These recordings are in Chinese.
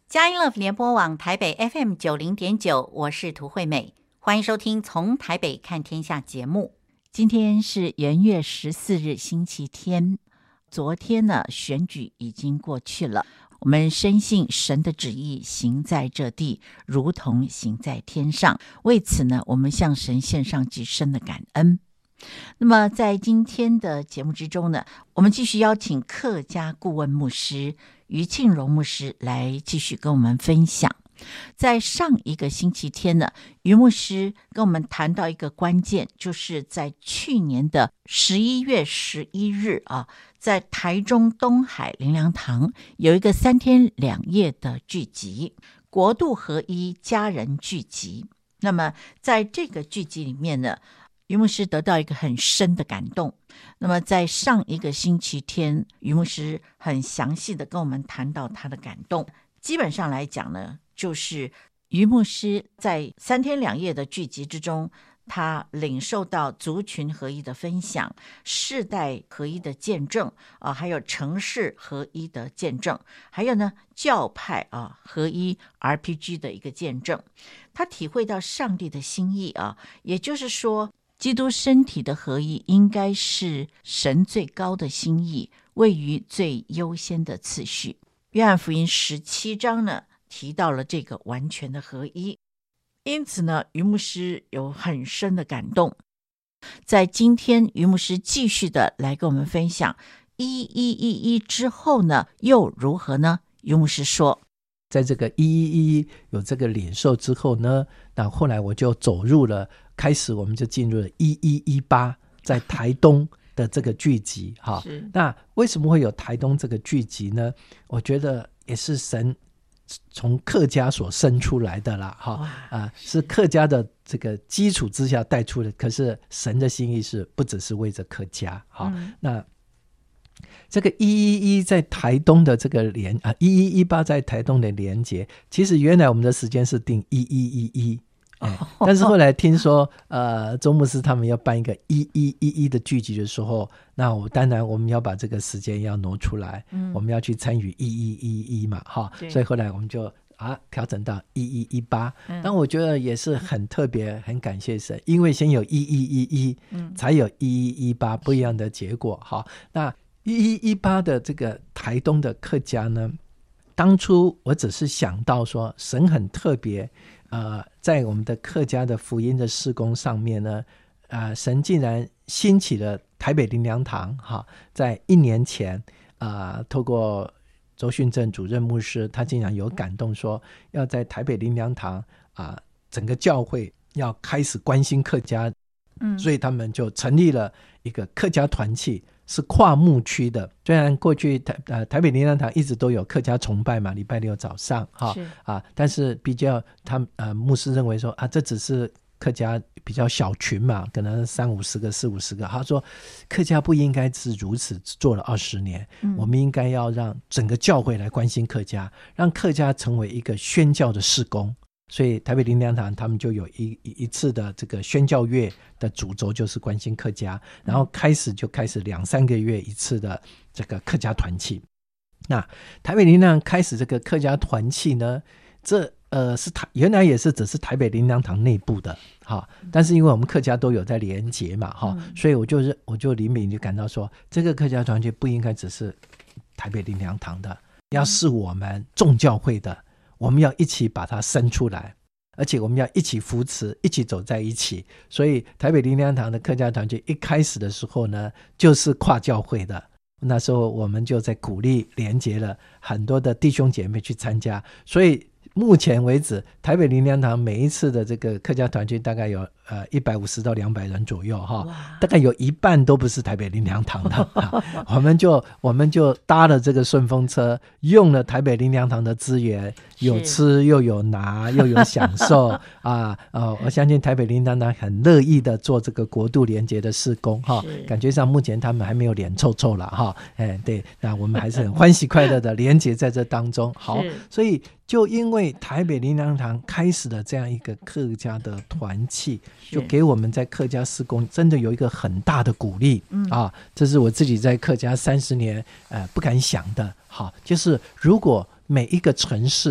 佳音 Love 联播网台北 FM90.9， 我是涂惠美，欢迎收听从台北看天下节目。今天是元月14日星期天，昨天呢选举已经过去了，我们深信神的旨意行在这地，如同行在天上。为此呢，我们向神献上极深的感恩。那么在今天的节目之中呢，我们继续邀请客家顾问牧师于庆荣牧师来继续跟我们分享。在上一个星期天呢，于牧师跟我们谈到一个关键，就是在去年的11月11日在台中东海灵粮堂有一个3天2夜的聚集，国度合一家人聚集。那么在这个聚集里面呢，于牧师得到一个很深的感动。那么在上一个星期天，于牧师很详细的跟我们谈到他的感动。基本上来讲呢，就是于牧师在3天2夜的聚集之中，他领受到族群合一的分享，世代合一的见证还有城市合一的见证，还有呢教派合一 RPG 的一个见证。他体会到上帝的心意也就是说基督身体的合一应该是神最高的心意，位于最优先的次序。约翰福音17章呢提到了这个完全的合一，因此呢于牧师有很深的感动。在今天于牧师继续的来跟我们分享1111之后呢又如何呢？于牧师说， 在这个1111有这个领受之后呢，那后来我就走入了，开始我们就进入了1118在台东的这个聚集那为什么会有台东这个聚集呢？我觉得也是神从客家所生出来的啦是客家的这个基础之下带出的，可是神的心意是不只是为着客家那这个111在台东的这个1118在台东的连结，其实原来我们的时间是定1111但是后来听说周牧师他们要办一个1111的聚集的时候，那当然我们要把这个时间要挪出来我们要去参与1111嘛所以后来我们就调整到1118但我觉得也是很特别，很感谢神，因为先有1111才有1118不一样的结果那1118的这个台东的客家呢，当初我只是想到说神很特别在我们的客家的福音的事工上面呢神竟然兴起了台北灵粮堂在1年前透过周训正主任牧师，他竟然有感动说要在台北灵粮堂整个教会要开始关心客家所以他们就成立了一个客家团契，是跨牧区的。虽然过去台北灵粮堂一直都有客家崇拜嘛，礼拜六早上但是比较牧师认为说这只是客家比较小群嘛，可能30-50个40-50个，他说客家不应该是如此做了20年我们应该要让整个教会来关心客家，让客家成为一个宣教的事工。所以台北灵粮堂他们就有一次的这个宣教月的主轴就是关心客家，然后开始2-3个月一次的这个客家团契。那台北灵粮开始这个客家团契呢，这是原来也是只是台北灵粮堂内部的但是因为我们客家都有在连结嘛所以我就里面就感到说这个客家团契不应该只是台北灵粮堂的，要是我们众教会的，我们要一起把它生出来，而且我们要一起扶持，一起走在一起。所以台北灵粮堂的客家团契一开始的时候呢，就是跨教会的。那时候我们就在鼓励连结了很多的弟兄姐妹去参加，所以目前为止台北灵粮堂每一次的这个客家团契大概有150到200人左右大概有一半都不是台北灵粮堂的我们就搭了这个顺风车，用了台北灵粮堂的资源，有吃又有拿又有享受我相信台北灵粮堂很乐意的做这个国度连结的事工感觉上目前他们还没有脸臭臭了对，那我们还是很欢喜快乐的连结在这当中好，所以就因为台北灵粮堂开始了这样一个客家的团契，就给我们在客家事工真的有一个很大的鼓励这是我自己在客家30年不敢想的就是如果每一个城市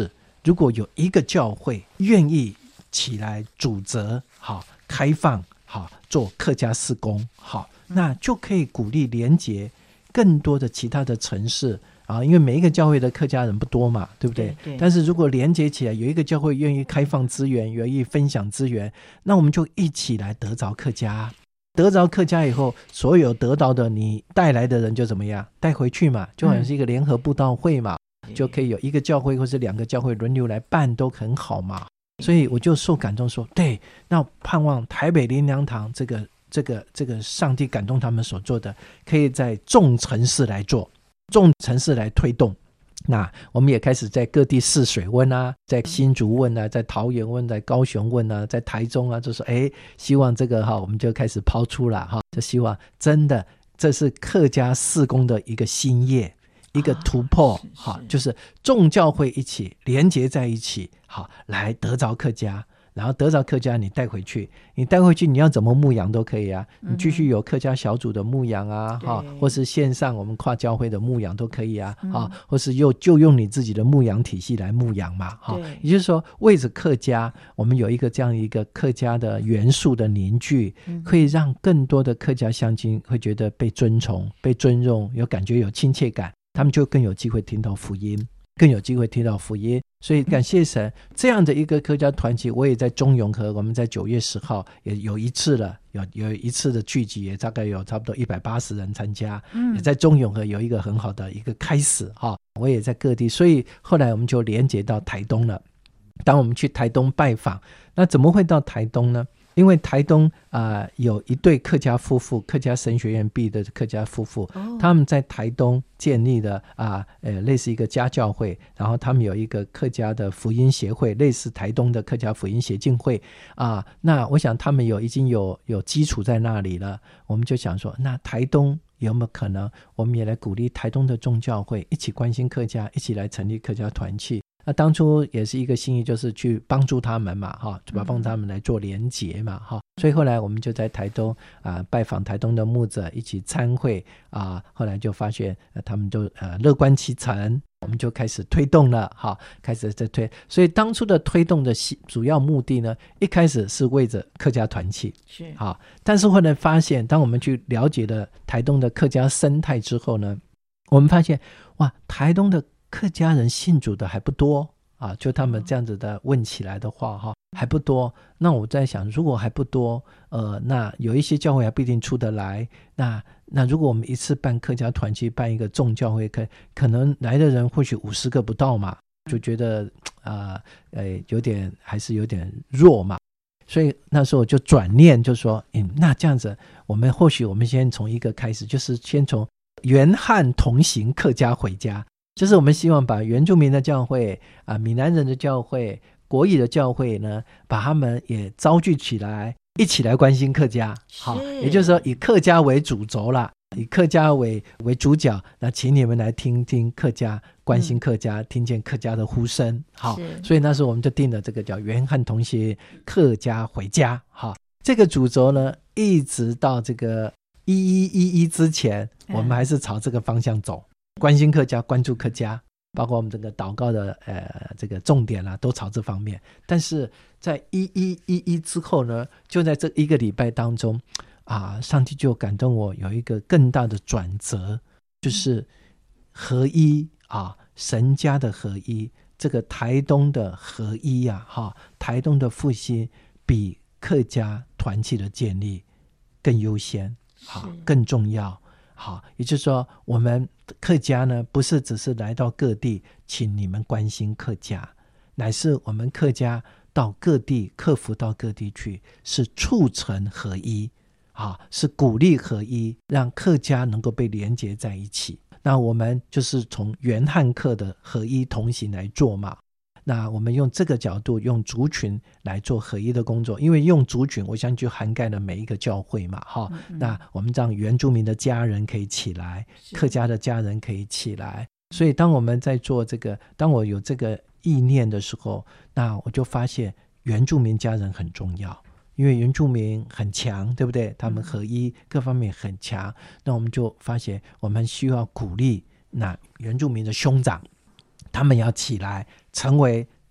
如果有一个教会愿意起来主责，好，开放，好，做客家事工，好，那就可以鼓励连结更多的其他的城市啊，因为每一个教会的客家人不多嘛，对不对？ 对。 但是如果连结起来，有一个教会愿意开放资源，愿意分享资源，那我们就一起来得着客家。得着客家以后，所有得到的你带来的人就怎么样？带回去嘛，就好像是一个联合布道会嘛，就可以有一个教会或是2个教会轮流来办，都很好嘛。所以我就受感动说，对，那盼望台北灵粮堂这个上帝感动他们所做的，可以在众城市来做，众城市来推动。那我们也开始在各地试水温啊，在新竹问啊，在桃园问，在高雄问啊，在台中啊，就说希望这个我们就开始抛出了就希望真的这是客家事工的一个新业，一个突破就是众教会一起连结在一起，好，来得着客家，然后得着客家你带回去，你要怎么牧养都可以啊，你继续有客家小组的牧养啊，或是线上我们跨教会的牧养都可以啊，或是就用你自己的牧养体系来牧养嘛，也就是说为着客家，我们有一个这样一个客家的元素的凝聚，可以让更多的客家乡亲会觉得被尊崇、被尊重，有感觉有亲切感，他们就更有机会听到福音，所以感谢神，这样的一个客家团体，我也在中永和，我们在9月10号也有一次了，有一次的聚集，也大概有差不多180人参加，也在中永和有一个很好的一个开始我也在各地，所以后来我们就连结到台东了。当我们去台东拜访，那怎么会到台东呢？因为台东有一对客家夫妇，客家神学院毕业的客家夫妇，他们在台东建立了类似一个家教会，然后他们有一个客家的福音协会，类似台东的客家福音协进会那我想他们已经有基础在那里了，我们就想说，那台东有没有可能我们也来鼓励台东的众教会一起关心客家，一起来成立客家团契。那当初也是一个心意，就是去帮助他们嘛帮助他们来做连结嘛所以后来我们就在台东拜访台东的牧者，一起参会后来就发现他们就乐观其成，我们就开始推动了开始在推。所以当初的推动的主要目的呢，一开始是为着客家团契是但是后来发现，当我们去了解了台东的客家生态之后呢，我们发现哇，台东的客家人信主的还不多就他们这样子的问起来的话还不多。那我在想，如果还不多那有一些教会还不一定出得来，那如果我们一次办客家团契，办一个众教会，可能来的人或许50个不到嘛，就觉得还是有点弱嘛。所以那时候我就转念就说那这样子或许我们先从一个开始，就是先从原汉同行客家回家，就是我们希望把原住民的教会闽南人的教会、国语的教会呢，把他们也招聚起来，一起来关心客家也就是说以客家为主轴啦，以客家为主角，那请你们来听听客家，关心客家，听见客家的呼声所以那时候我们就定了这个叫原汉同行客家回家这个主轴呢，一直到这个1111之前，我们还是朝这个方向走，关心客家，关注客家，包括我们这个祷告的这个重点都朝这方面。但是在1111之后呢，就在这1个礼拜当中上帝就感动我有一个更大的转折，就是合一神家的合一，这个台东的合一台东的复兴比客家团契的建立更优先更重要也就是说，我们客家呢，不是只是来到各地请你们关心客家，乃是我们客家到各地，客服到各地去，是促成合一是鼓励合一，让客家能够被连结在一起。那我们就是从原汉客的合一同行来做嘛，那我们用这个角度，用族群来做合一的工作，因为用族群我相信就涵盖了每一个教会嘛那我们让原住民的家人可以起来，客家的家人可以起来。所以当我们在做这个，当我有这个意念的时候，那我就发现原住民家人很重要，因为原住民很强，对不对？他们合一各方面很强，那我们就发现我们需要鼓励那原住民的兄长，他们要起来成为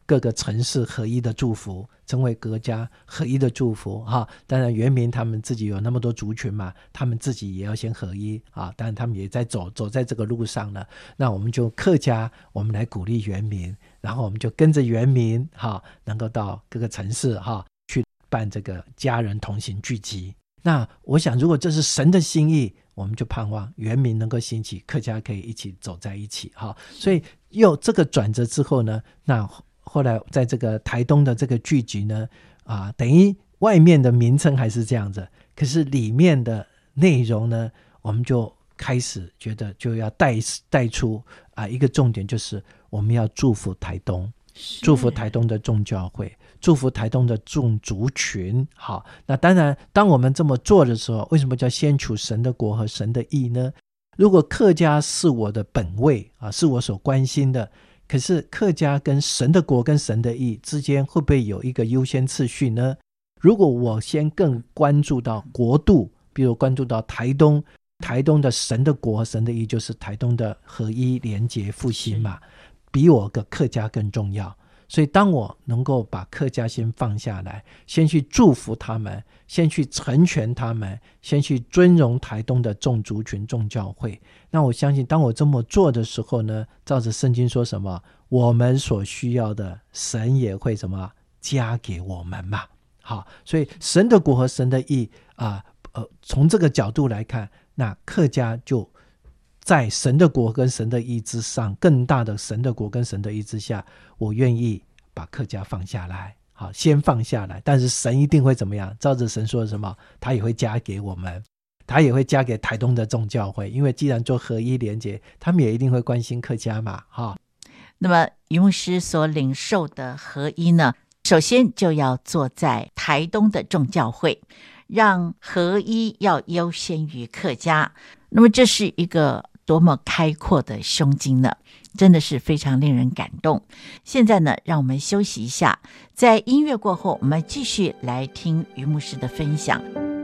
各个城市合一的祝福，成为国家合一的祝福哈。当然原民他们自己有那么多族群嘛，他们自己也要先合一啊。当然他们也在走在这个路上了。那我们就客家，我们来鼓励原民，然后我们就跟着原民哈，能够到各个城市哈去办这个家人同行聚集。那我想如果这是神的心意，我们就盼望原民能够兴起，客家可以一起走在一起哈。所以又这个转折之后呢，那后来在这个台东的这个聚集呢，等于外面的名称还是这样子，可是里面的内容呢，我们就开始觉得就要带出一个重点，就是我们要祝福台东，祝福台东的众教会，祝福台东的众族群。好，那当然当我们这么做的时候，为什么叫先求神的国和神的义呢？如果客家是我的本位是我所关心的，可是客家跟神的国跟神的义之间会不会有一个优先次序呢？如果我先更关注到国度，比如关注到台东的神的国和神的义，就是台东的合一连结复兴嘛，比我的客家更重要。所以当我能够把客家先放下来，先去祝福他们，先去成全他们，先去尊荣台东的众族群众教会，那我相信当我这么做的时候呢，照着圣经说什么，我们所需要的神也会什么加给我们嘛。好，所以神的国和神的义从这个角度来看，那客家就在神的国跟神的义之上，更大的神的国跟神的义之下，我愿意把客家放下来，好，先放下来。但是神一定会怎么样？照着神说的什么，他也会加给我们，他也会加给台东的众教会，因为既然做合一连结，他们也一定会关心客家嘛。 那么于牧师所领受的合一呢，首先就要做在台东的众教会，让合一要优先于客家。那么这是一个多么开阔的胸襟呢，真的是非常令人感动。现在呢，让我们休息一下，在音乐过后我们继续来听于牧师的分享。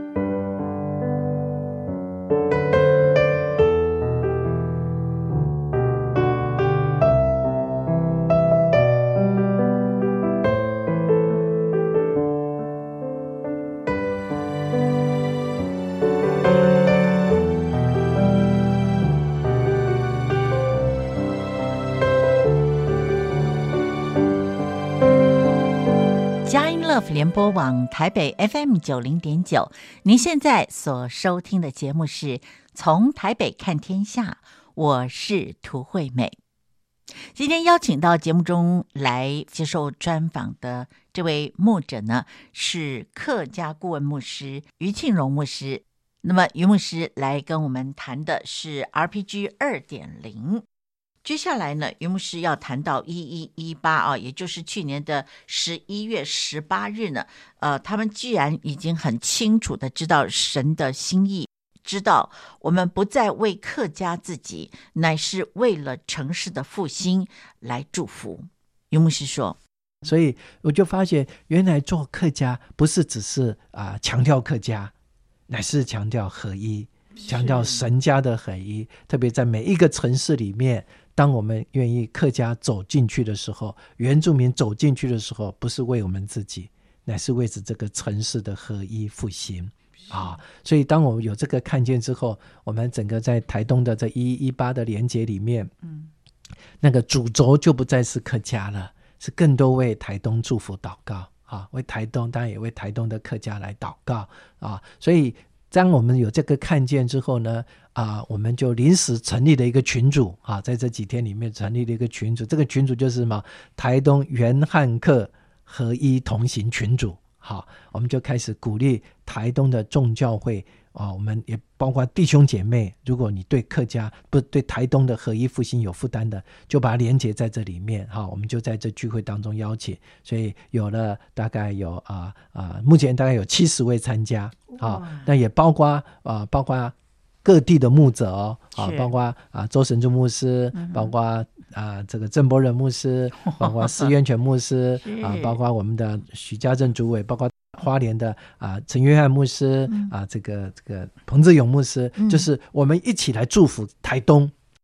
联播网台北 FM90.9， 您现在所收听的节目是从台北看天下，我是涂惠美。今天邀请到节目中来接受专访的这位牧者呢，是客家顾问牧师于庆荣牧师。那么于牧师来跟我们谈的是 RPG 2.0。接下来呢，于牧师要谈到1118也就是去年的11月18日呢，他们既然已经很清楚的知道神的心意，知道我们不再为客家自己，乃是为了城市的复兴来祝福。于牧师说， 所以我就发现原来做客家不是只是强调客家，乃是强调合一，强调神家的合一。特别在每一个城市里面，当我们愿意客家走进去的时候，原住民走进去的时候，不是为我们自己，乃是为着这个城市的合一复兴所以当我们有这个看见之后，我们整个在台东的这1118的连结里面，那个主轴就不再是客家了，是更多为台东祝福祷告为台东，当然也为台东的客家来祷告所以当我们有这个看见之后呢，我们就临时成立了一个群组在这几天里面成立了一个群组，这个群组就是什么？台东原汉客合一同行群组。好，我们就开始鼓励台东的众教会我们也包括弟兄姐妹，如果你对客家不对台东的合一复兴有负担的，就把它连结在这里面我们就在这聚会当中邀请，所以有了大概有目前大概有70位参加那也包括各地的牧者包括周神柱牧师，包括这个郑伯仁牧师，包括施渊泉牧师包括我们的许家正主委，包括花莲的陈约翰牧师这个彭志勇牧师就是我们一起来祝福台东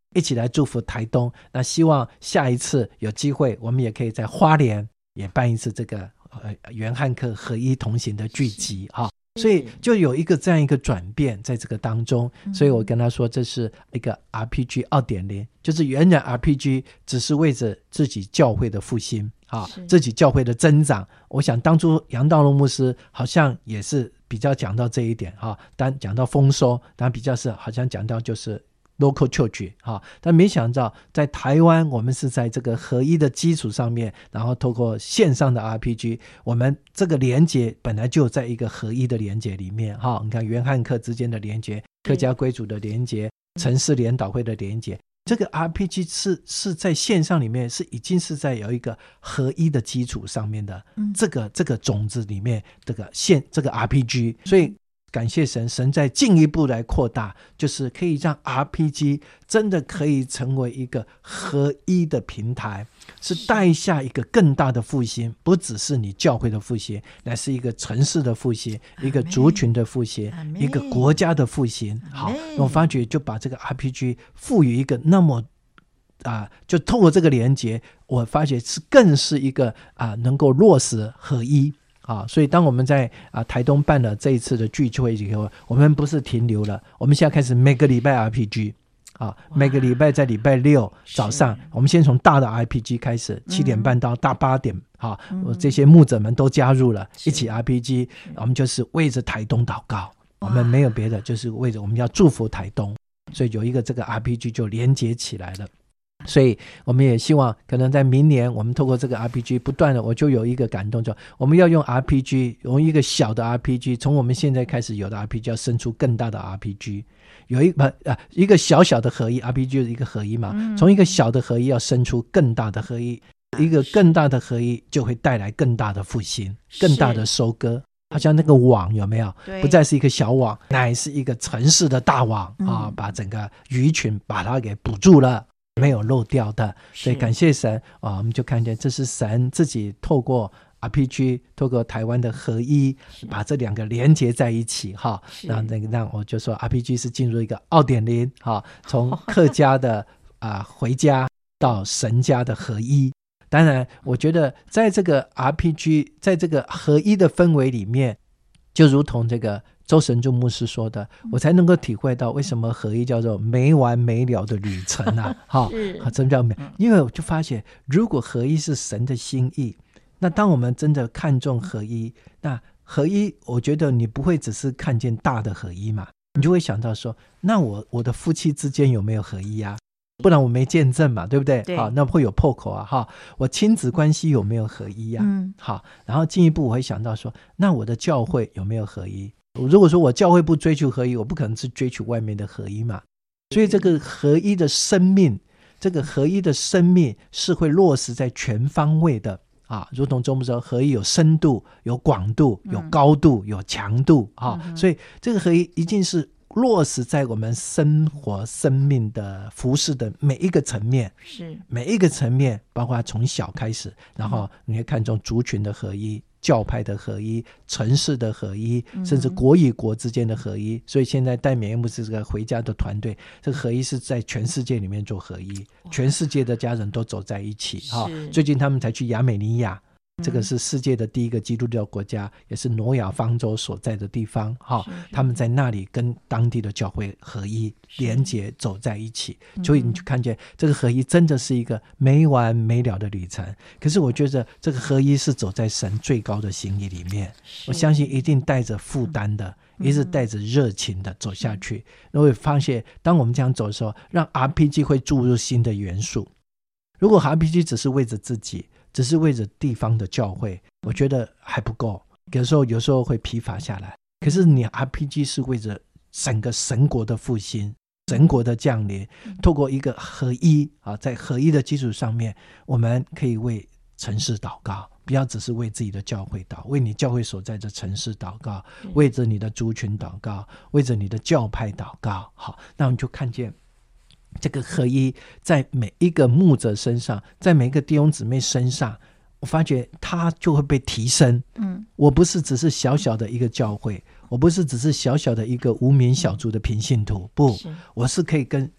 一起来祝福台东。那希望下一次有机会，我们也可以在花莲也办一次这个原汉客合一同行的聚集哈。所以就有一个这样一个转变在这个当中，所以我跟他说这是一个 RPG 2.0， 就是原来 RPG 只是为着自己教会的复兴自己教会的增长。我想当初杨道龙牧师好像也是比较讲到这一点但讲到丰收，当然比较是好像讲到就是 local church 但没想到在台湾我们是在这个合一的基础上面，然后透过线上的 RPG， 我们这个连结本来就在一个合一的连结里面你看原汉客之间的连结，客家归族的连结，城市联导会的连结，这个 RPG 是在线上里面是已经是在有一个合一的基础上面的这个种子里面这个 RPG， 所以感谢神，神在进一步来扩大，就是可以让 RPG 真的可以成为一个合一的平台，是带下一个更大的复兴，不只是你教会的复兴，乃是一个城市的复兴，一个族群的复兴，一个国家的复兴。好，我发觉就把这个 RPG 赋予一个那么就透过这个连结，我发觉是更是一个能够落实合一所以当我们在台东办了这一次的聚会以后，我们不是停留了，我们现在开始每个礼拜 RPG每个礼拜在礼拜六早上，我们先从大的 RPG 开始，7点半到大8点这些牧者们都加入了一起 RPG， 我们就是为着台东祷告，我们没有别的，就是为着我们要祝福台东，所以有一个这个 RPG 就连接起来了。所以我们也希望可能在明年我们透过这个 RPG 不断的，我就有一个感动，就我们要用 RPG， 用一个小的 RPG， 从我们现在开始有的 RPG 要生出更大的 RPG， 有一个小小的合一 RPG 就是一个合一嘛，从一个小的合一要生出更大的合一，一个更大的合一就会带来更大的复兴，更大的收割。好像那个网有没有不再是一个小网，乃是一个城市的大网把整个鱼群把它给捕住了，没有漏掉的。所以感谢神我们就看见这是神自己透过 RPG， 透过台湾的合一，把这两个连接在一起让我就说 RPG 是进入一个 2.0 从客家的回家到神家的合一。当然我觉得在这个 RPG 在这个合一的氛围里面，就如同这个周神助牧师说的，我才能够体会到为什么合一叫做没完没了的旅程什么叫没？因为我就发现如果合一是神的心意，那当我们真的看重合一，那合一我觉得你不会只是看见大的合一嘛，你就会想到说那我的夫妻之间有没有合一不然我没见证嘛，对不对？好，那会有破口我亲子关系有没有合一好，然后进一步我会想到说那我的教会有没有合一？如果说我教会不追求合一，我不可能是追求外面的合一嘛。所以这个合一的生命，这个合一的生命是会落实在全方位的如同周牧师说，合一有深度，有广度，有高度，有强度所以这个合一一定是落实在我们生活生命的服事的每一个层面，是每一个层面，包括从小开始，然后你会看重族群的合一，教派的合一，城市的合一，甚至国与国之间的合一。所以现在戴冕牧师这个回家的团队，这个合一是在全世界里面做合一，全世界的家人都走在一起最近他们才去亚美尼亚，这个是世界的第一个基督教国家，也是挪亚方舟所在的地方他们在那里跟当地的教会合一连结走在一起，所以你就看见这个合一真的是一个没完没了的旅程。可是我觉得这个合一是走在神最高的心意里面，我相信一定带着负担的，也是带着热情的走下去。我会发现当我们这样走的时候，让 RPG 会注入新的元素。如果 RPG 只是为着自己，只是为着地方的教会，我觉得还不够，有时候会疲乏下来。可是你 RPG 是为着整个神国的复兴，神国的降临，透过一个合一在合一的基础上面，我们可以为城市祷告，不要只是为自己的教会祷，为你教会所在的城市祷告，为着你的族群祷告，为着你的教派祷告。好，那我们就看见这个合一在每一个牧者身上，在每一个弟兄姊妹身上，我发觉他就会被提升。我不是只是小小的一个教会，我不是只是小小的一个无名小卒的平信徒，不，我是可以跟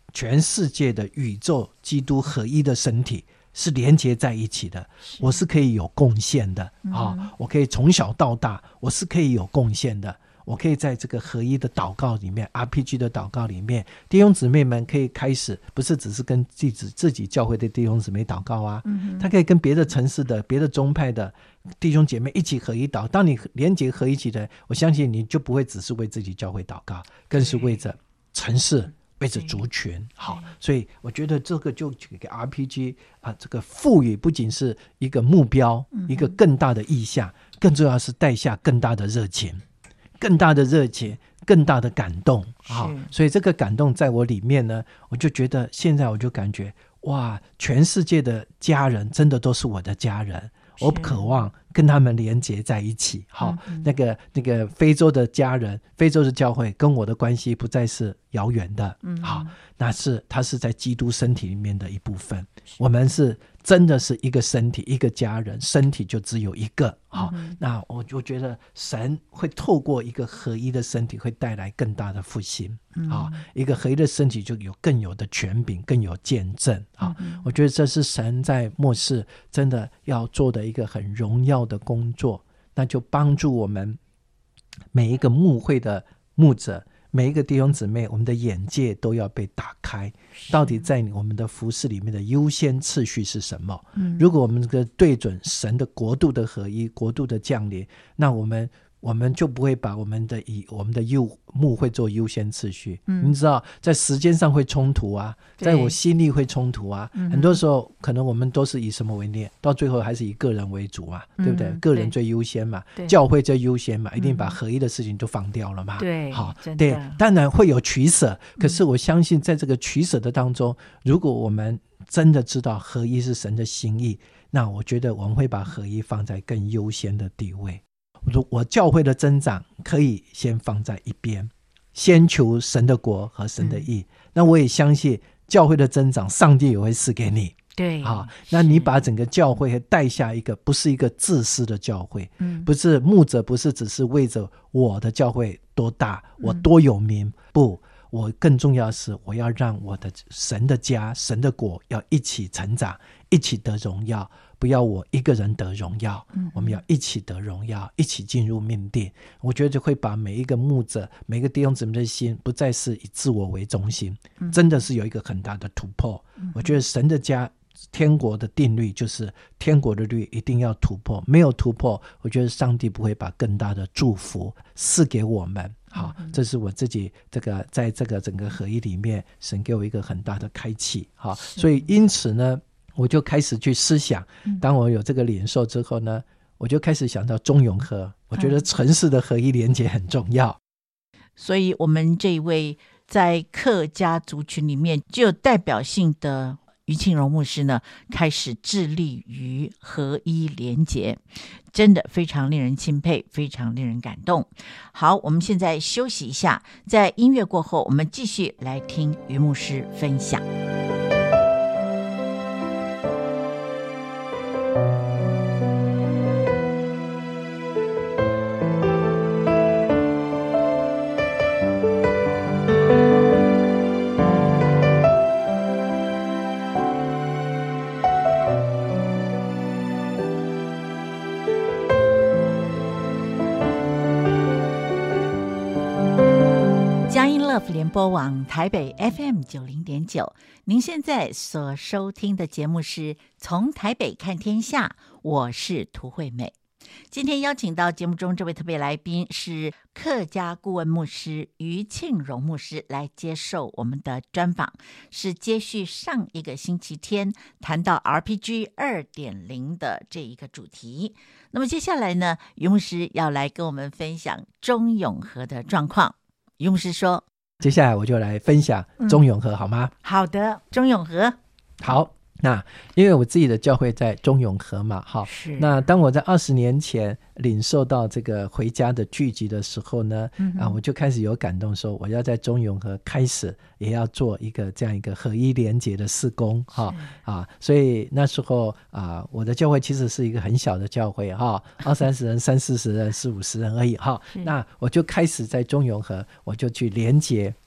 全世界的宇宙基督合一的身体是连接在一起的，我是可以有贡献的我可以从小到大我是可以有贡献的，我可以在这个合一的祷告里面 RPG 的祷告里面，弟兄姊妹们可以开始不是只是跟自己教会的弟兄姊妹祷告啊，他可以跟别的城市的别的宗派的弟兄姐妹一起合一祷，当你连结合一起的，我相信你就不会只是为自己教会祷告，更是为着城市为着族群。好，所以我觉得这个就给 RPG 这个赋予不仅是一个目标，一个更大的意向，更重要是带下更大的热情，更大的热情，更大的感动。好，所以这个感动在我里面呢，我就觉得现在我就感觉哇，全世界的家人真的都是我的家人，我渴望跟他们连结在一起。好，那个非洲的家人，非洲的教会跟我的关系不再是遥远的。好，他是在基督身体里面的一部分，我们是真的是一个身体，一个家人，身体就只有一个。好，那我就觉得神会透过一个合一的身体会带来更大的复兴。好，一个合一的身体就更有的权柄，更有见证。好，我觉得这是神在末世真的要做的一个很荣耀的工作，那就帮助我们每一个牧会的牧者，每一个弟兄姊妹，我们的眼界都要被打开，到底在我们的服事里面的优先次序是什么。如果我们对准神的国度的合一，国度的降临，那我们就不会把我们的牧会做优先次序。你知道在时间上会冲突啊，在我心里会冲突啊，很多时候可能我们都是以什么为念，到最后还是以个人为主嘛，对不对？个人最优先嘛，教会最优先嘛，一定把合一的事情都放掉了嘛。 对， 好，对，当然会有取舍，可是我相信在这个取舍的当中，如果我们真的知道合一是神的心意，那我觉得我们会把合一放在更优先的地位。我教会的增长可以先放在一边，先求神的国和神的义。那我也相信教会的增长上帝也会赐给你。 对， 好，那你把整个教会带下一个不是一个自私的教会，不是牧者不是只是为着我的教会多大，我多有名，不，我更重要的是我要让我的神的家神的国要一起成长，一起得荣耀，不要我一个人得荣耀，我们要一起得荣耀，一起进入命定。我觉得就会把每一个牧者每一个弟兄姊妹的心不再是以自我为中心，真的是有一个很大的突破。我觉得神的家天国的定律就是天国的律一定要突破，没有突破我觉得上帝不会把更大的祝福赐给我们。好，这是我自己在这个整个合一里面神给我一个很大的开启。好，所以因此呢我就开始去思想，当我有这个领受之后呢，我就开始想到中永和，我觉得城市的合一连结很重要。 所以我们这一位在客家族群里面具有代表性的余庆荣牧师呢，开始致力于合一连结，真的非常令人钦佩，非常令人感动。好，我们现在休息一下，在音乐过后我们继续来听余牧师分享。联播网台北 FM 90.9，您现在所收听的节目是从台北看天下，我是涂惠美。今天邀请到节目中这位特别来宾是客家顾问牧师余庆荣牧师来接受我们的专访，是接续上一个星期天谈到 RPG 2.0 的这一个主题。那么接下来呢，余牧师要来跟我们分享中永和的状况。余牧师说， 接下来我就来分享中永和，好吗？ 好的，中永和。 好，那因为我自己的教会在中永和嘛，好，那当我在20年前领受到这个回家的聚集的时候呢，我就开始有感动说我要在中永和开始也要做一个这样一个合一连结的事工。所以那时候我的教会其实是一个很小的教会，20-30人30-40人40-50人而已。那我就开始在中永和我就去连结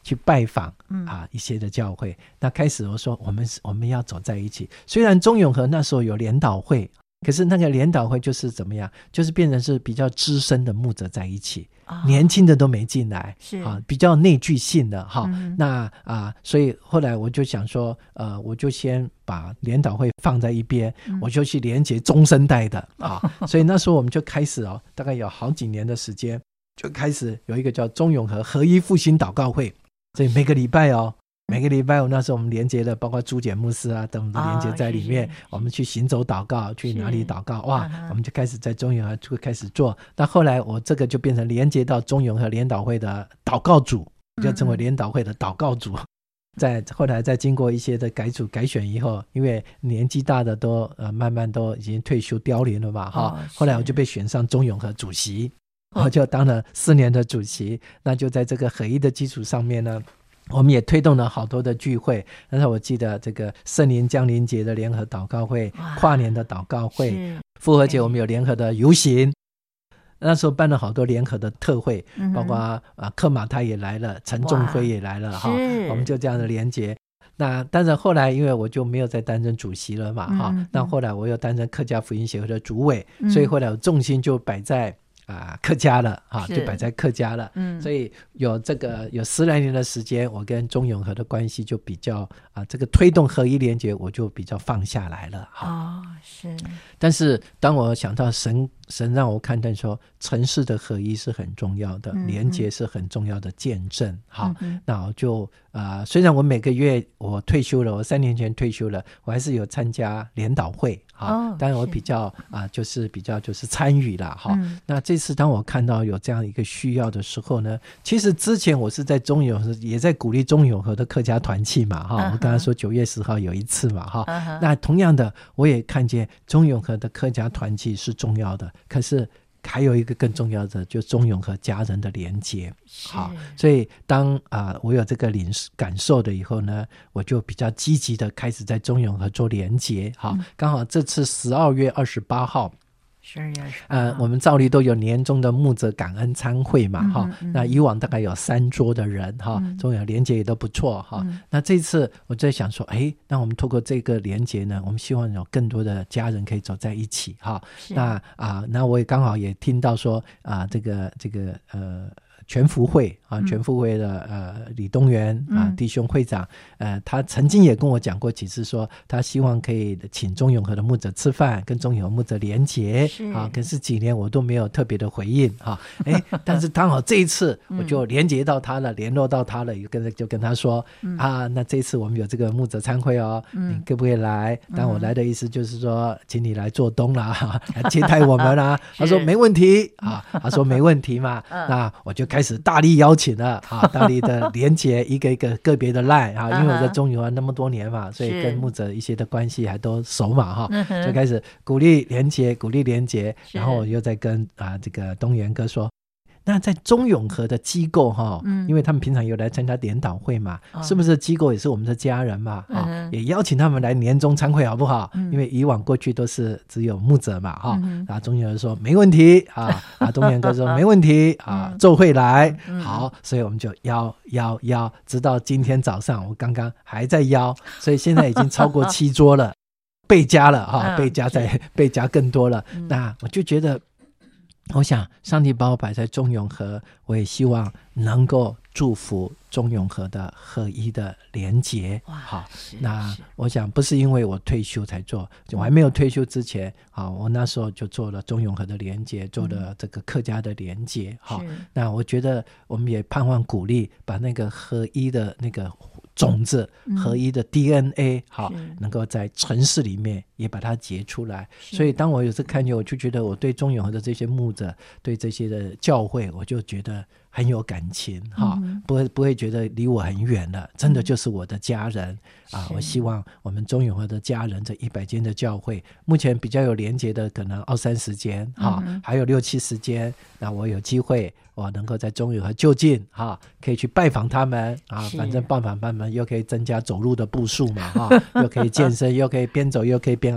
去拜访一些的教会。那开始我说我们要走在一起。虽然中永和那时候有联导会，可是那个联导会就是怎么样，就是变成是比较资深的牧者在一起，年轻的都没进来，是比较内聚性的那所以后来我就想说我就先把联导会放在一边，我就去连结中生代的所以那时候我们就开始大概有好几年的时间，就开始有一个叫中永和合一复兴祷告会。所以每个礼拜我那时候我们连结了包括朱简牧师等的连结在里面，我们去行走祷告，去哪里祷告，哇，我们就开始在中永和就开始做。那后来我这个就变成连结到中永和联导会的祷告组，就成为联导会的祷告组。后来再经过一些的改组改选以后，因为年纪大的都慢慢都已经退休凋零了嘛后来我就被选上中永和主席，我就当了4年的主席。那就在这个合一的基础上面呢，我们也推动了好多的聚会。但是我记得这个圣灵降临节的联合祷告会，跨年的祷告会，复活节我们有联合的游行，那时候办了好多联合的特会，包括克马他也来了，陈仲辉也来了我们就这样的连结。那但是后来因为我就没有再担任主席了嘛那后来我又担任客家福音协会的主委，所以后来我重心就摆在客家了就摆在客家了所以有10来年的时间，我跟中永和的关系就比较这个推动合一连结我就比较放下来了是。 但是当我想到神让我看到说城市的合一是很重要的，连结是很重要的见证那我就虽然我每个月我退休了，我3年前退休了，我还是有参加联导会当然我比较就是参与了那这次当我看到有这样一个需要的时候呢，其实之前我是在中永和也在鼓励中永和的客家团契嘛我刚才说9月10号有一次嘛那同样的我也看见中永和的客家团契是重要的，可是还有一个更重要的，就是中永和家人的连结所以当我有这个感受的以后呢，我就比较积极的开始在中永和做连结刚好这次12月28号我们照例都有年终的牧者感恩餐会嘛那以往大概有3桌的人中永连结也都不错那这次我在想说那我们透过这个连结呢，我们希望有更多的家人可以走在一起那我也刚好也听到说这个全福会全福会的李东元弟兄会长他曾经也跟我讲过几次说他希望可以请中永和的牧者吃饭，跟中永和牧者连结可是几年我都没有特别的回应但是刚好这一次我就连结到他了联络到他了，就跟他说那这一次我们有这个牧者餐会你可不可以来但我来的意思就是说请你来做东啦来接待我们啦他说没问题他说没问题嘛那我就开始大力邀请了大力的连结一个一个个别的赖因为我在中永和那么多年嘛，所以跟牧者一些的关系还都熟嘛就开始鼓励连结然后我又在跟这个东元哥说，那在中永和的机构因为他们平常有来参加联导会嘛是不是机构也是我们的家人嘛也邀请他们来年终餐会好不好因为以往过去都是只有牧者嘛然后中永和说没问题东元哥说没问题奏会来好，所以我们就邀直到今天早上我刚刚还在邀，所以现在已经超过7桌了倍加了倍加更多了那我就觉得我想上帝把我摆在中永和，我也希望能够祝福中永和的合一的连结那我想不是因为我退休才做，我还没有退休之前我那时候就做了中永和的连结，做了这个客家的连结那我觉得我们也盼望鼓励把那个合一的那个种子合一的 DNA 能够在城市里面也把它结出来所以当我有这看见，我就觉得我对中永和的这些牧者，对这些的教会，我就觉得很有感情不会觉得离我很远了，真的就是我的家人我希望我们中永和的家人这100间的教会，目前比较有连结的可能20-30间还有60-70间，那我有机会我能够在中永和就近可以去拜访他们反正拜访他们又可以增加走路的步数嘛又可以健身又可以边走又可以边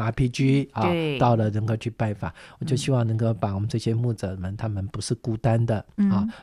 RPG 到了能够去拜访，我就希望能够把我们这些牧者们他们不是孤单的他们不要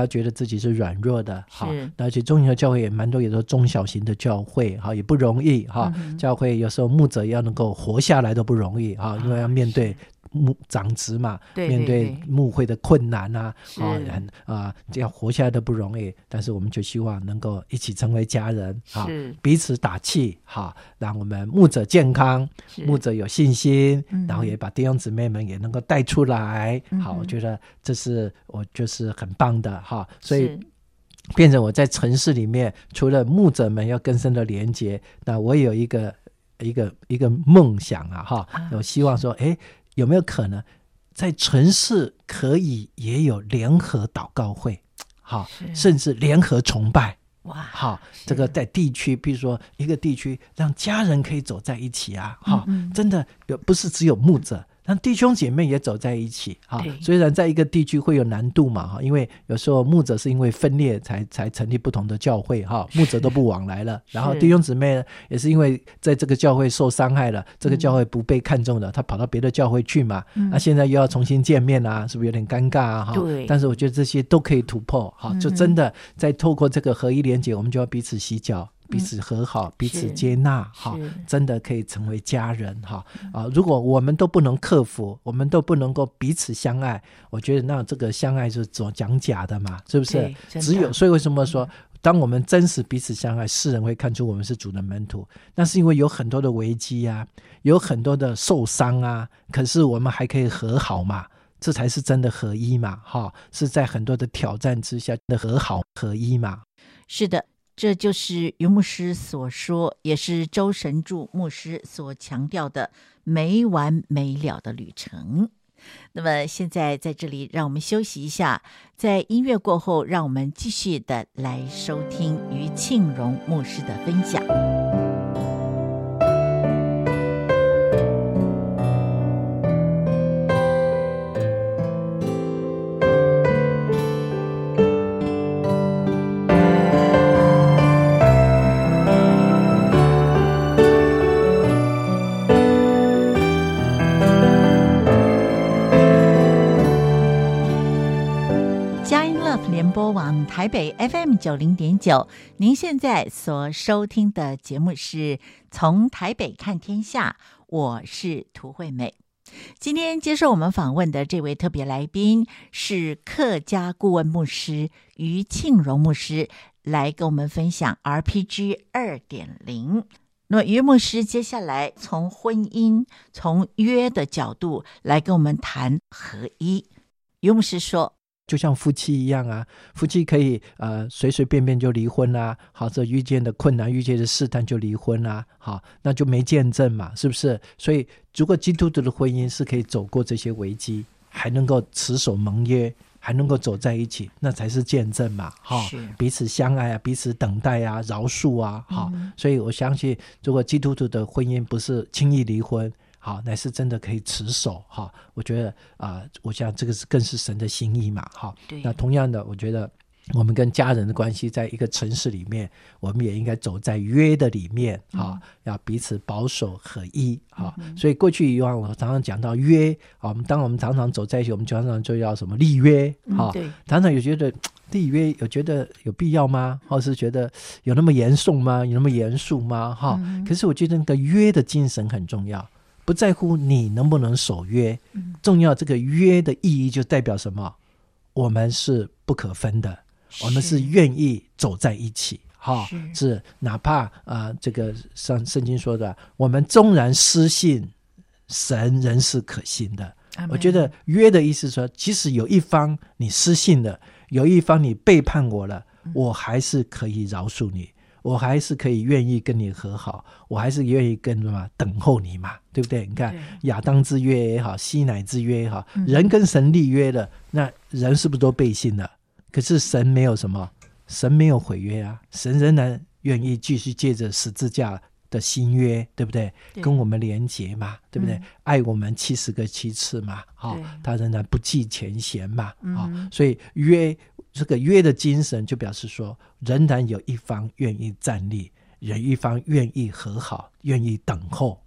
要觉得自己是软弱的，好，而且中型的教会也蛮多，也都中小型的教会，好，也不容易哈。教会有时候牧者要能够活下来都不容易哈，因为要面对长职嘛，面对牧会的困难啊，这样活下来都不容易。但是我们就希望能够一起成为家人啊，彼此打气哈，让我们牧者健康，牧者有信心，然后也把弟兄姊妹们也能够带出来。好，我觉得这是我就是很棒的哈，所以变成我在城市里面，除了牧者们要更深的连结，那我也有一个梦想啊哈，我希望说有没有可能在城市可以也有联合祷告会，好，甚至联合崇拜。哇，好，这个在地区，比如说一个地区让家人可以走在一起啊，好，真的不是只有牧者，让弟兄姐妹也走在一起哈。虽然在一个地区会有难度嘛哈，因为有时候牧者是因为分裂才成立不同的教会哈，牧者都不往来了，然后弟兄姊妹也是因为在这个教会受伤害了，这个教会不被看中了，他跑到别的教会去嘛，那现在又要重新见面啊，是不是有点尴尬啊哈？但是我觉得这些都可以突破哈，就真的在透过这个合一连结，我们就要彼此洗脚，彼此和好，彼此接纳，真的可以成为家人如果我们都不能克服，我们都不能够彼此相爱，我觉得那这个相爱是讲假的嘛，是不是？只有，所以为什么说当我们真实彼此相爱，世人会看出我们是主的门徒，那是因为有很多的危机啊，有很多的受伤啊，可是我们还可以和好嘛，这才是真的合一嘛，是在很多的挑战之下的和好合一嘛。 是的，这就是于牧师所说，也是周神助牧师所强调的没完没了的旅程。那么现在在这里让我们休息一下，在音乐过后让我们继续的来收听于庆荣牧师的分享。联播网台北 FM90.9， 您现在所收听的节目是从台北看天下，我是涂惠美。今天接受我们访问的这位特别来宾是客家顾问牧师于庆荣牧师，来跟我们分享 RPG 2.0。那么于牧师接下来从婚姻从约的角度来跟我们谈合一。于牧师说， 就像夫妻一样啊，夫妻可以随随便便就离婚啦，好，这遇见的困难遇见的试探就离婚啦，好，那就没见证嘛，是不是？所以如果基督徒的婚姻是可以走过这些危机，还能够持守盟约，还能够走在一起，那才是见证嘛，彼此相爱啊，彼此等待啊，饶恕啊，所以我相信如果基督徒的婚姻不是轻易离婚，好，乃是真的可以持守哈，我觉得我想这个是更是神的心意嘛，哈。那同样的，我觉得我们跟家人的关系，在一个城市里面，我们也应该走在约的里面哈，要彼此保守合一哈。所以过去以往我常常讲到约啊，当我们常常走在一起，我们常常就要什么立约哈，常常有觉得立约有觉得有必要吗？或是觉得有那么严肃吗？有那么严肃吗？哈，可是我觉得那个约的精神很重要。不在乎你能不能守约，重要这个约的意义就代表什么？我们是不可分的，我们是愿意走在一起，是哪怕这个圣经说的，我们纵然失信，神仍是可信的。我觉得约的意思说，即使有一方你失信了，有一方你背叛我了，我还是可以饶恕你，我还是可以愿意跟你和好，我还是愿意跟等候你嘛，对不对？你看亚当之约也好，西乃之约也好，人跟神立约了，那人是不是都背信了？可是神没有什么，神没有毁约啊，神仍然愿意继续借着十字架的新约，对不对？跟我们连结嘛，对不对？爱我们70个7次嘛，他仍然不计前嫌嘛，所以这个约的精神就表示说，仍然有一方愿意站立，有一方愿意和好，愿意等候，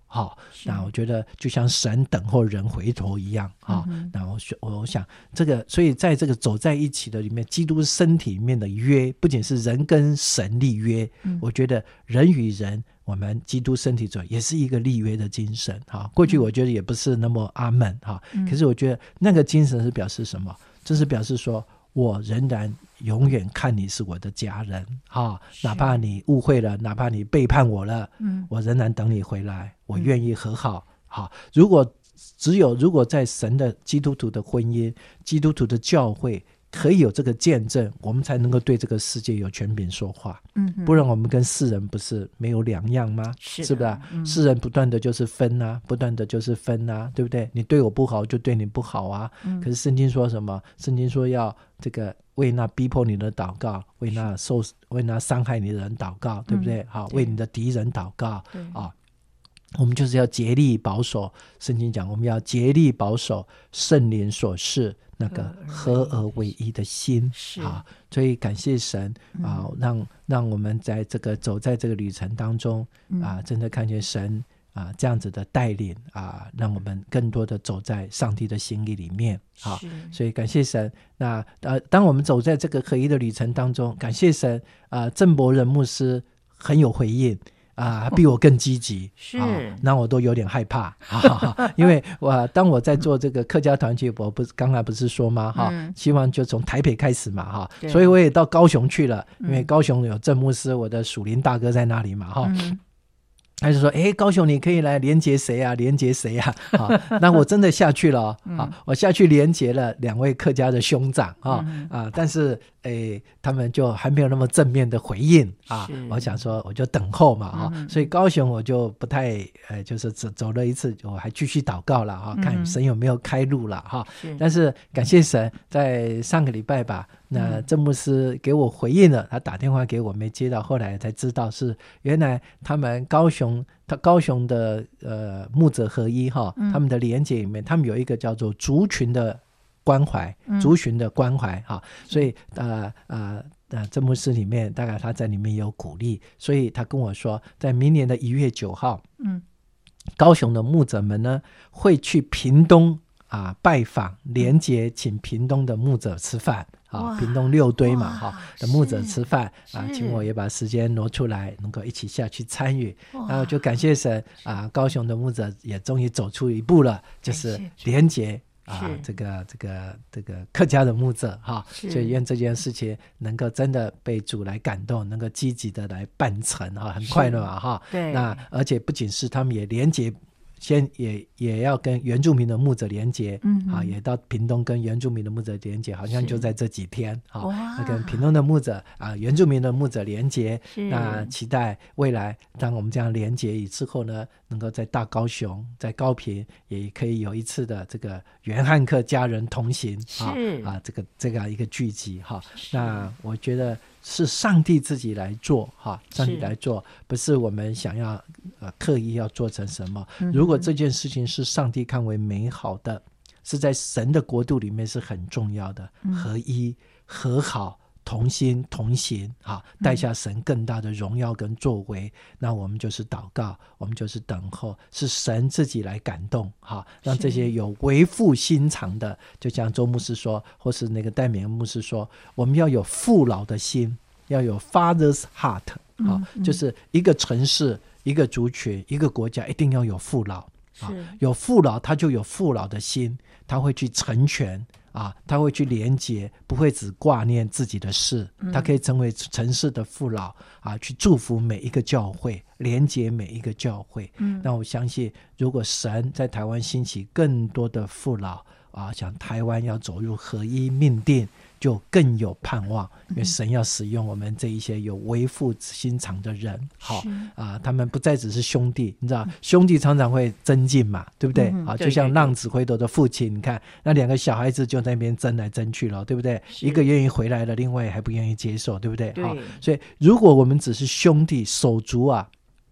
那我觉得就像神等候人回头一样那我想这个，所以在这个走在一起的里面，基督身体里面的约不仅是人跟神立约我觉得人与人我们基督身体中也是一个立约的精神过去我觉得也不是那么阿们可是我觉得那个精神是表示什么？这是表示说我仍然永远看你是我的家人哪怕你误会了，哪怕你背叛我了我仍然等你回来，我愿意和好如果在神的基督徒的婚姻，基督徒的教会可以有这个见证，我们才能够对这个世界有权柄说话不然我们跟世人不是没有两样吗？是不是世人不断的就是分不断的就是分对不对？你对我不好就对你不好可是圣经说什么？圣经说要这个为那逼迫你的祷告，为那伤害你的人祷告对不对为你的敌人祷告我们就是要竭力保守，圣经讲我们要竭力保守圣灵所示那个合而为一的心所以感谢神让我们在这个走在这个旅程当中真的看见神这样子的带领让我们更多的走在上帝的心意里面所以感谢神。那当我们走在这个合一的旅程当中，感谢神郑伯仁牧师很有回应比我更积极那我都有点害怕因为当我在做这个客家团契，我刚才不是说吗希望就从台北开始嘛所以我也到高雄去了因为高雄有郑牧师，我的属灵大哥在那里嘛他就说高雄你可以来连结谁连结谁那我真的下去了我下去连结了2位客家的兄长但是他们就还没有那么正面的回应我想说我就等候嘛所以高雄我就不太就是走了一次，我还继续祷告了看神有没有开路了但是感谢神，在上个礼拜吧，那郑牧师给我回应了，他打电话给我没接到，后来才知道是原来他们高雄的牧者合一他们的连结里面，他们有一个叫做族群的关怀所以郑牧师里面大概他在里面也有鼓励，所以他跟我说在明年的1月9号高雄的牧者们呢会去屏东拜访连结，请屏东的牧者吃饭屏东6堆嘛的牧者吃饭请我也把时间挪出来能够一起下去参与然后就感谢神高雄的牧者也终于走出一步了，就是连结这个客家的牧者所以愿这件事情能够真的被主来感动，能够积极的来办成很快乐对，那而且不仅是他们也连结，先也要跟原住民的牧者连结也到屏东跟原住民的牧者连结，好像就在这几天跟屏东的牧者原住民的牧者连结，那期待未来当我们这样连结之后呢，能够在大高雄在高屏也可以有一次的这个原汉客家人同行这个一个聚集那我觉得是上帝自己来做上帝来做，不是我们想要刻意要做成什么如果这件事情是上帝看为美好的，是在神的国度里面是很重要的合一和好同心同行带下神更大的荣耀跟作为那我们就是祷告，我们就是等候，是神自己来感动让这些有为父心肠的，就像周牧师说或是那个戴冕牧师说，我们要有父老的心，要有 father's heart就是一个城市一个族群一个国家一定要有父老有父老他就有父老的心，他会去成全他会去连结，不会只挂念自己的事他可以成为城市的父老去祝福每一个教会，连结每一个教会那我相信如果神在台湾兴起更多的父老想台湾要走入合一命定就更有盼望，因为神要使用我们这一些有为父心肠的人他们不再只是兄弟，你知道兄弟常常会争竞嘛，对不对就像浪子回头的父亲，你看那2个小孩子就在那边争来争去了，对不对？一个愿意回来了，另外还不愿意接受，对不对？所以如果我们只是兄弟手足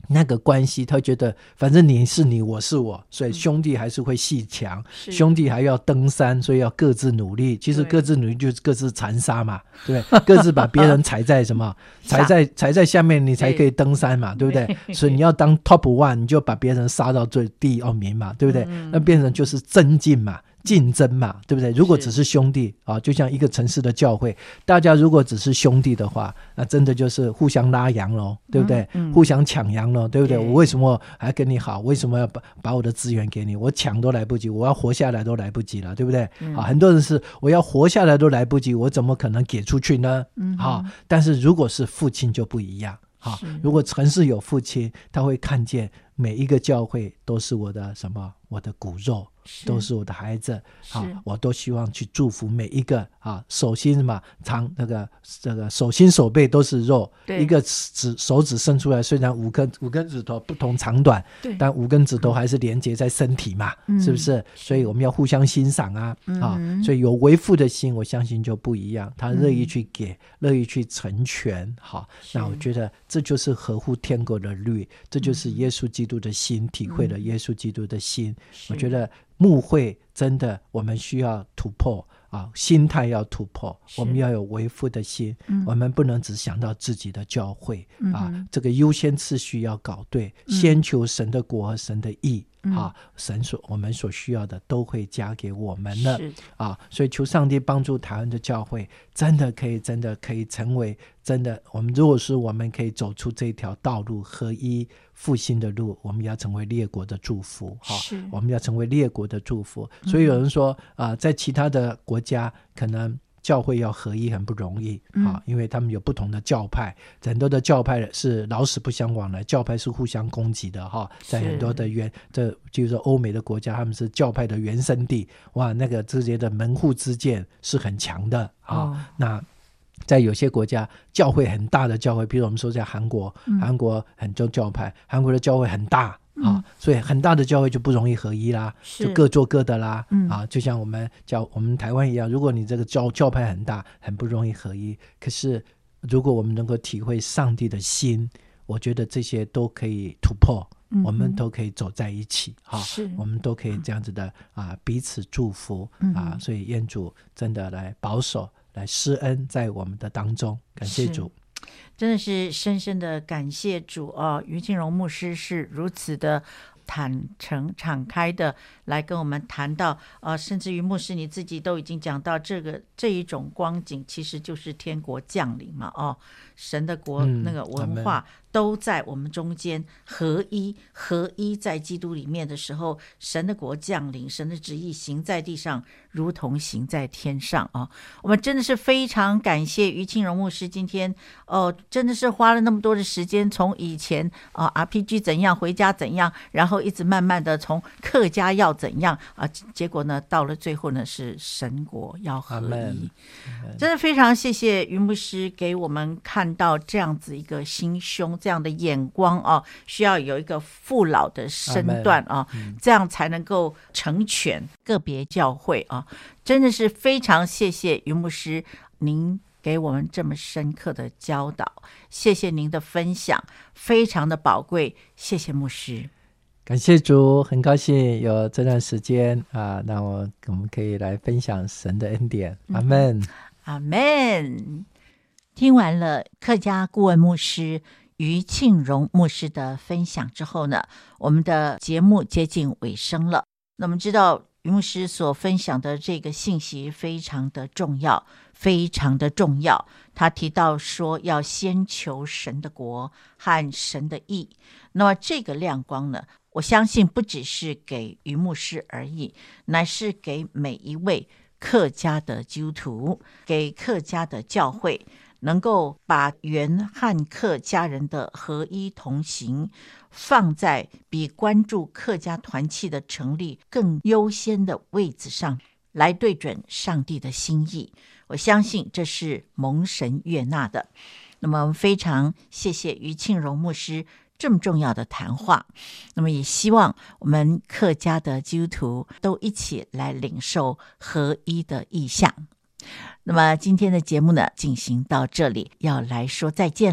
那个关系，他觉得反正你是你，我是我，所以兄弟还是会阋墙，兄弟还要登山，所以要各自努力。其实各自努力就是各自残杀嘛，对不对？各自把别人踩在什么踩在下面，你才可以登山嘛，对不对？所以你要当 top one， 你就把别人杀到最第一名嘛，对不对？那变成就是增进嘛，竞争嘛，对不对？如果只是兄弟啊，就像一个城市的教会，大家如果只是兄弟的话，那真的就是互相拉羊咯，对不对？互相抢羊咯，对不对？我为什么还跟你好？为什么要把我的资源给你？我抢都来不及，我要活下来都来不及了，对不对？很多人是我要活下来都来不及，我怎么可能给出去呢？但是如果是父亲就不一样。如果城市有父亲，他会看见每一个教会都是我的什么，我的骨肉，都是我的孩子，我都希望去祝福每一个手心什么这个手心手背都是肉，一个手指伸出来，虽然五根指头不同长短，但5根指头还是连接在身体嘛，是不是？所以我们要互相欣赏所以有为父的心，我相信就不一样，他乐意去给，乐意去成全。那我觉得这就是合乎天国的律，这就是耶稣基督的心，体会了耶稣基督的心。我觉得牧会真的我们需要突破心态要突破，我们要有为父的心，我们不能只想到自己的教会这个优先次序要搞对，先求神的国和神的义神我们所需要的都会加给我们了所以求上帝帮助台湾的教会真的可以成为真的，我们可以走出这条道路，合一复兴的路，我们要成为列国的祝福我们要成为列国的祝福。所以有人说在其他的国家可能教会要合一很不容易因为他们有不同的教派，很多的教派是老死不相往来，教派是互相攻击的在很多的就是欧美的国家，他们是教派的原生地，那个之间的门户之见是很强的那在有些国家教会很大的教会，比如我们说在韩国很多教派，韩国的教会很大所以很大的教会就不容易合一啦，就各做各的啦就像我们台湾一样，如果你这个教派很大，很不容易合一。可是如果我们能够体会上帝的心，我觉得这些都可以突破我们都可以走在一起我们都可以这样子的彼此祝福所以愿主真的来保守，来施恩在我们的当中，感谢主。 真的是深深的感谢主于庆荣牧师是如此的坦诚敞开的来跟我们谈到甚至于牧师你自己都已经讲到这一种光景其实就是天国降临嘛神的国那个文化都在我们中间合一在基督里面的时候，神的国降临，神的旨意行在地上如同行在天上我们真的是非常感谢于庆荣牧师今天真的是花了那么多的时间，从以前RPG 怎样，回家怎样，然后一直慢慢的从客家要怎样结果呢到了最后呢是神国要合一。真的非常谢谢于牧师给我们看到这样子一个心胸，这样的眼光需要有一个父老的身段这样才能够成全个别教会真的是非常谢谢于牧师您给我们这么深刻的教导，谢谢您的分享，非常的宝贵，谢谢牧师。 感谢主，很高兴有这段时间那我们可以来分享神的恩典。阿们阿们。听完了客家顾问牧师于庆荣牧师的分享之后呢，我们的节目接近尾声了。那么知道于牧师所分享的这个信息非常的重要，非常的重要。他提到说要先求神的国和神的义，那么这个亮光呢，我相信不只是给于牧师而已，乃是给每一位客家的基督徒，给客家的教会，能够把原和客家人的合一同行放在比关注客家团契的成立更优先的位置上，来对准上帝的心意。我相信这是蒙神悦纳的。那么我们非常谢谢于庆荣牧师这么重要的谈话，那么也希望我们客家的基督徒都一起来领受合一的意象。那么今天的节目呢进行到这里，要来说再见了。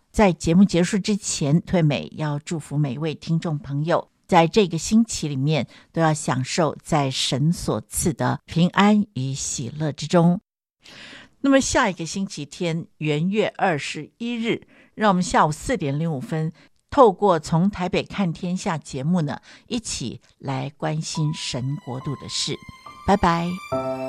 在节目结束之前，退美要祝福每位听众朋友，在这个星期里面都要享受在神所赐的平安与喜乐之中。那么下一个星期天元月21日，让我们下午4点05分透过从台北看天下节目呢，一起来关心神国度的事。拜拜。